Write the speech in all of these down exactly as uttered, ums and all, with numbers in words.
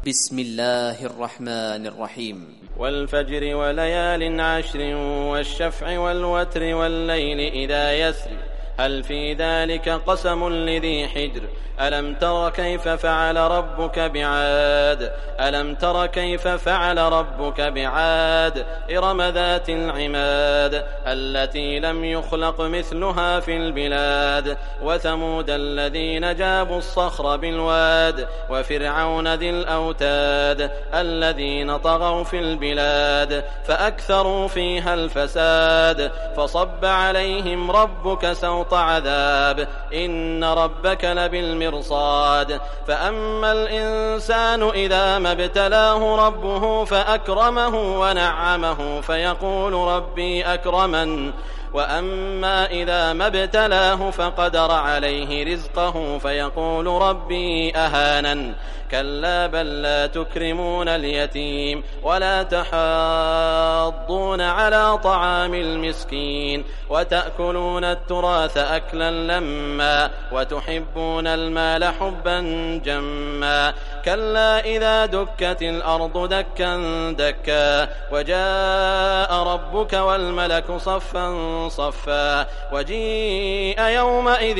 بسم الله الرحمن الرحيم. والفجر وليال عشر والشفع والوتر والليل إذا يسر هل في ذلك قسم لذي حجر ألم تر كيف فعل ربك بعاد ألم تر كيف فعل ربك بعاد إرم ذات العماد التي لم يخلق مثلها في البلاد وثمود الذين جابوا الصخر بالواد وفرعون ذي الأوتاد الذين طغوا في البلاد فأكثروا فيها الفساد فصب عليهم ربك سوط عذاب إن ربك لبالمرصاد فأما الإنسان إذا ما ابتلاه ربه فأكرمه ونعمه فيقول ربي أكرمن وأما إذا ما ابتلاه فقدر عليه رزقه فيقول ربي أهانن كلا بل لا تكرمون اليتيم ولا تحاضون على طعام المسكين وتأكلون التراث أكلا لما وتحبون المال حبا جما كلا إذا دكت الأرض دكا دكا وجاء ربك والملك صفا صفا وجيء يومئذ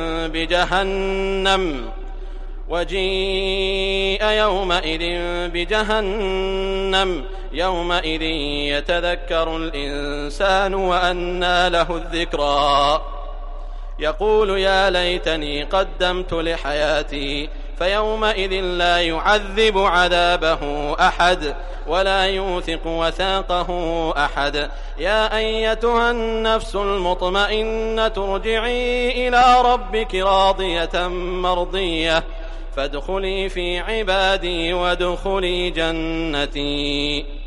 بجهنم وجيء يومئذ بجهنم يومئذ يتذكر الإنسان وأنى له الذكرى يقول يا ليتني قدمت لحياتي فيومئذ لا يعذب عذابه أحد ولا يوثق وثاقه أحد يا أيتها النفس المطمئنة ارجعي إلى ربك راضية مرضية فادخلي في عبادي وادخلي جنتي.